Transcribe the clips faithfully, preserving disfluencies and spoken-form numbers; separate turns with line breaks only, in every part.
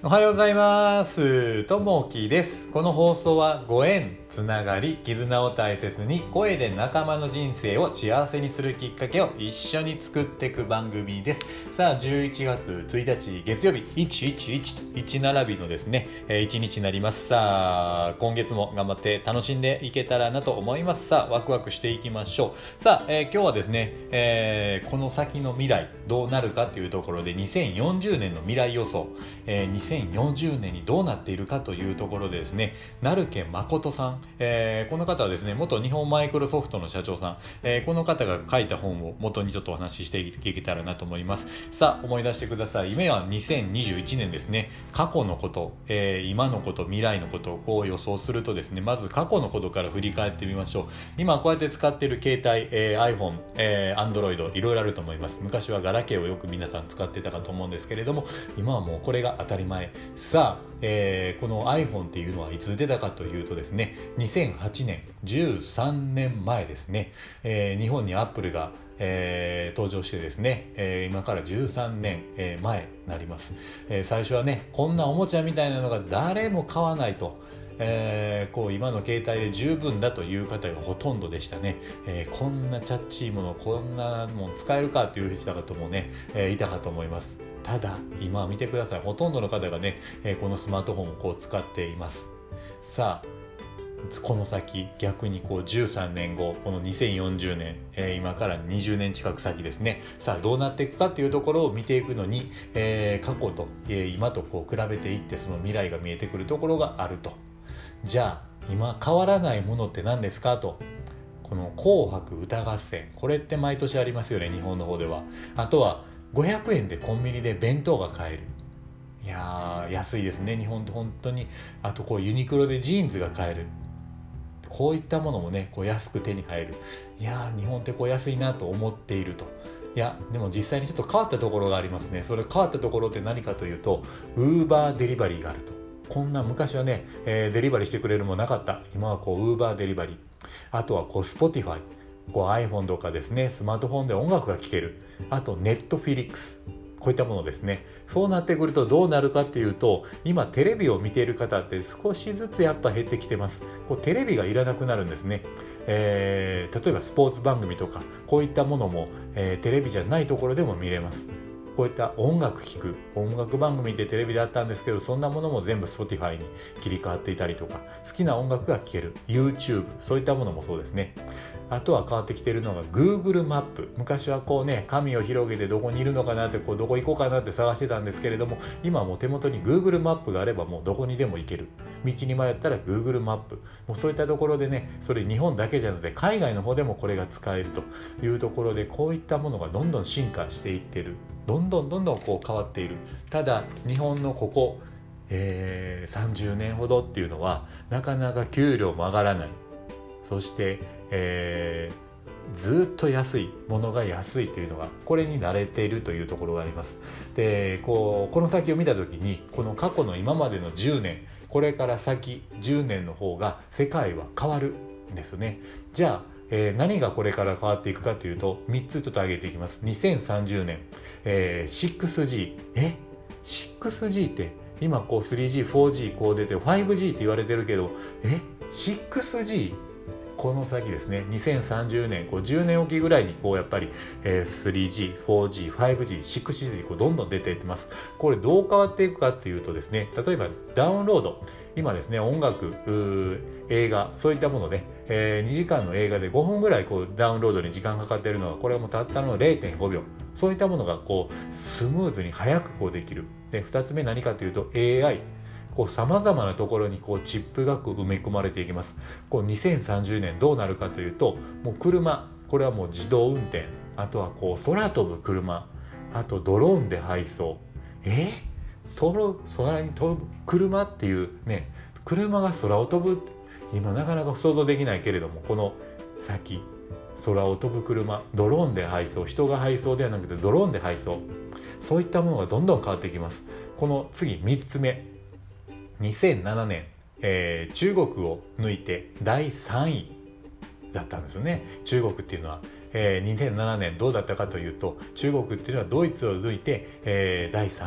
おはようございます。ともきです。この放送はご縁、つながり、絆を大切に声で仲間の人生を幸せにするきっかけを一緒に作っていく番組です。さあ、じゅういちがつついたち月曜日、いちいちいちといち並びのですね、えー、いちにちになります。さあ、今月も頑張って楽しんでいけたらなと思います。さあ、ワクワクしていきましょう。さあ、えー、今日はですね、えー、この先の未来どうなるかというところでにせんよんじゅうねんの未来予想、えー、にせんよんじゅうねんにどうなっているかというところでですね、成家誠さん、えー、この方はですね、元日本マイクロソフトの社長さん、えー、この方が書いた本を元にちょっとお話ししていけたらなと思います。さあ、思い出してください。夢はにせんにじゅういちねんですね。過去のこと、えー、今のこと、未来のことをこう予想するとですね、まず過去のことから振り返ってみましょう。今こうやって使っている携帯、えー、iPhone、えー、Android、いろいろあると思います。昔はガラケーをよく皆さん使ってたかと思うんですけれども、今はもうこれが当たり前。さあ、えー、この iPhone っていうのはいつ出たかというとですね、にせんはちねん、じゅうさんねんまえですね、えー、日本に Apple が、えー、登場してですね、えー、今からじゅうさんねん、えー、前になります、えー、最初はね、こんなおもちゃみたいなのが誰も買わないと、えー、こう今の携帯で十分だという方がほとんどでしたね、えー、こんなチャッチーものこんなもん使えるかという人方もね、えー、いたかと思います。ただ今見てください。ほとんどの方がね、えー、このスマートフォンをこう使っています。さあ、この先逆にこうじゅうさんねんご、このにせんよんじゅうねん、えー、今からにじゅうねん近く先ですね。さあどうなっていくかというところを見ていくのに、えー、過去と、えー、今とこう比べていって、その未来が見えてくるところがあると。じゃあ今変わらないものって何ですかと。この紅白歌合戦、これって毎年ありますよね、日本の方では。あとはごひゃくえんでコンビニで弁当が買える。いやー安いですね、日本って本当に。あとこうユニクロでジーンズが買える。こういったものもね、こう安く手に入る。いやー日本ってこう安いなと思っていると。いやでも実際にちょっと変わったところがありますね。それ変わったところって何かというと、ウーバーデリバリーがあると。こんな昔はね、えー、デリバリーしてくれるもなかった。今はこうウーバーデリバリー、あとはこう Spotify、こう iPhone とかですね、スマートフォンで音楽が聴ける。あと Netflix、こういったものですね。そうなってくるとどうなるかっていうと、今テレビを見ている方って少しずつやっぱ減ってきてます。こうテレビがいらなくなるんですね。えー、例えばスポーツ番組とかこういったものも、えー、テレビじゃないところでも見れます。こういった音楽聴く音楽番組ってテレビであったんですけど、そんなものも全部 Spotify に切り替わっていたりとか、好きな音楽が聴ける YouTube、 そういったものもそうですね。あとは変わってきているのが Google マップ。昔はこうね、紙を広げてどこにいるのかなって、こうどこ行こうかなって探してたんですけれども、今はもう手元に Google マップがあればもうどこにでも行ける。道に迷ったら Google マップ、もうそういったところでね、それ日本だけじゃなくて海外の方でもこれが使えるというところで、こういったものがどんどん進化していってる。どんどんどんどんこう変わっている。ただ日本のここ、えー、さんじゅうねんほどっていうのはなかなか給料も上がらない。そして、えー、ずっと安いものが安いというのが、これに慣れているというところがあります。で、こうこの先を見た時に、この過去の今までのじゅうねん、これから先じゅうねんの方が世界は変わるんですね。じゃあえー、何がこれから変わっていくかというと、みっつちょっと挙げていきます。にせんさんじゅうねん、えー、シックスジー。 え シックスジー って今こう スリージー、フォージー こう出て ファイブジー って言われてるけど、え シックスジー？ この先ですね、にせんさんじゅうねん、こうじゅうねんおきぐらいにこうやっぱり、えー、スリージー、フォージー、ファイブジー、シックスジー こうどんどん出ていってます。これどう変わっていくかっていうとですね、例えばダウンロード、今ですね、音楽、映画、そういったもので、えー、にじかんの映画でごふんぐらいこうダウンロードに時間かかっているのが、これはもうたったの れいてんごびょう、そういったものがこうスムーズに早くこうできる。で、ふたつめ何かというと エーアイ、さまざまなところにこうチップが埋め込まれていきます。こうにせんさんじゅうねんどうなるかというと、もう車、これはもう自動運転、あとはこう空飛ぶ車、あとドローンで配送。えー、空に飛ぶ車っていうね、車が空を飛ぶ、今なかなか想像できないけれども、この先空を飛ぶ車、ドローンで配送、人が配送ではなくてドローンで配送、そういったものがどんどん変わっていきます。この次みっつめ、にせんななねん、えー、中国を抜いてだいさんいだったんですよね。中国っていうのは、えー、にせんななねんどうだったかというと、中国っていうのはドイツを抜いて、えー、だいさんい。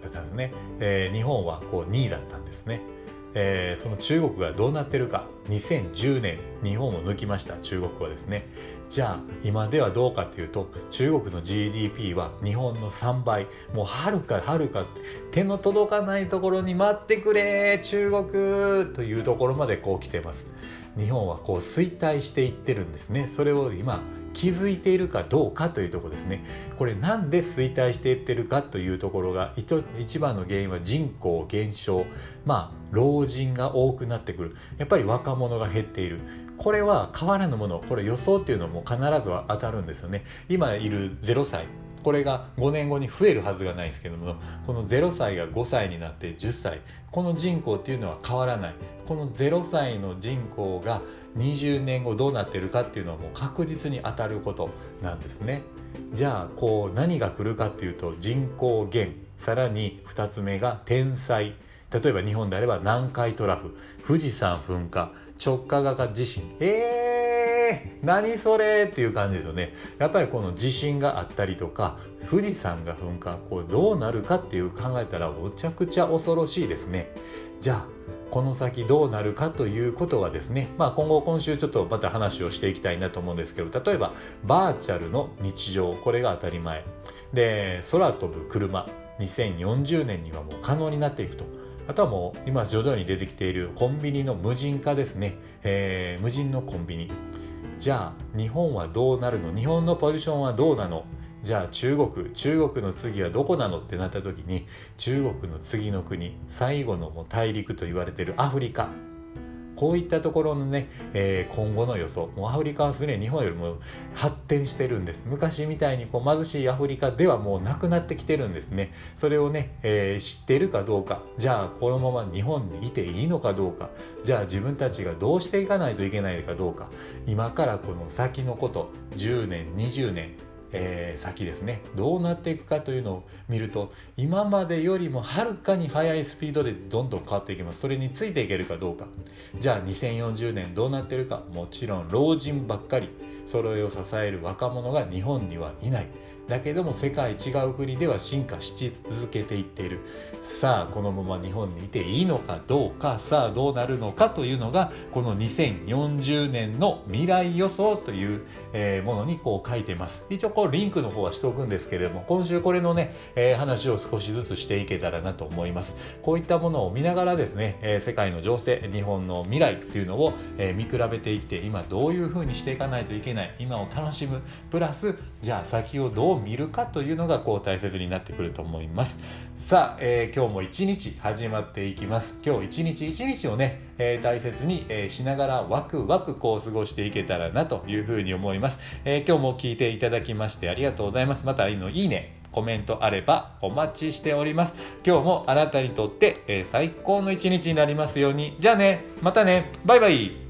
だったんですね。えー、日本はこうにいだったんですね。えー、その中国がどうなってるか、にせんじゅうねん日本を抜きました中国はですね。じゃあ今ではどうかというと、中国の ジーディーピー は日本のさんばい、もうはるかはるか手の届かないところに待ってくれ中国というところまでこう来てます。日本はこう衰退していってるんですね。それを今気づいているかどうかというところですね。これなんで衰退していってるかというところが、一番の原因は人口減少、まあ老人が多くなってくる、やっぱり若者が減っている。これは変わらぬもの、これ予想っていうのも必ずは当たるんですよね。今いるゼロさい、これがごねんごに増えるはずがないですけども、このゼロさいがごさいになってじゅっさい、この人口っていうのは変わらない。このゼロさいの人口がにじゅうねんごどうなってるかっていうのはもう確実に当たることなんですね。じゃあこう何が来るかっていうと、人口減、さらにふたつめが天災。例えば日本であれば南海トラフ、富士山噴火、直下型地震、えー、何それっていう感じですよね。やっぱりこの地震があったりとか、富士山が噴火、これどうなるかっていう考えたらむちゃくちゃ恐ろしいですね。じゃあこの先どうなるかということはですね、まあ、今後今週ちょっとまた話をしていきたいなと思うんですけど、例えばバーチャルの日常、これが当たり前で、空飛ぶ車にせんよんじゅうねんにはもう可能になっていくと。あとはもう今徐々に出てきているコンビニの無人化ですね、えー、無人のコンビニ。じゃあ日本はどうなるの、日本のポジションはどうなの、じゃあ中国中国の次はどこなのってなった時に、中国の次の国、最後のもう大陸と言われているアフリカ、こういったところのね、えー、今後の予想、もうアフリカはすでに日本よりも発展してるんです。昔みたいにこう貧しいアフリカではもうなくなってきてるんですね。それをね、えー、知っているかどうか、じゃあこのまま日本にいていいのかどうか、じゃあ自分たちがどうしていかないといけないかどうか、今からこの先のこと、じゅうねんにじゅうねん、えー、先ですね、どうなっていくかというのを見ると、今までよりもはるかに速いスピードでどんどん変わっていきます。それについていけるかどうか。じゃあにせんよんじゅうねんどうなってるか、もちろん老人ばっかり、それを支える若者が日本にはいない。だけども世界違う国では進化し続けていっている。さあこのまま日本にいていいのかどうか、さあどうなるのかというのが、このにせんよんじゅうねんの未来予想という、えー、ものにこう書いています。一応こうリンクの方はしておくんですけれども、今週これのね、えー、話を少しずつしていけたらなと思います。こういったものを見ながらですね、えー、世界の情勢、日本の未来っていうのを、えー、見比べていって、今どういうふうにしていかないといけない、今を楽しむプラス、じゃあ先をどう見るかというのがこう大切になってくると思います。さあ、えー、今日も一日始まっていきます。今日一日一日をね、えー、大切に、えー、しながらワクワクこう過ごしていけたらなというふうに思います。えー、今日も聞いていただきましてありがとうございます。またいいのいいね、コメントあればお待ちしております。今日もあなたにとって、えー、最高の一日になりますように。じゃあね、またね、バイバイ。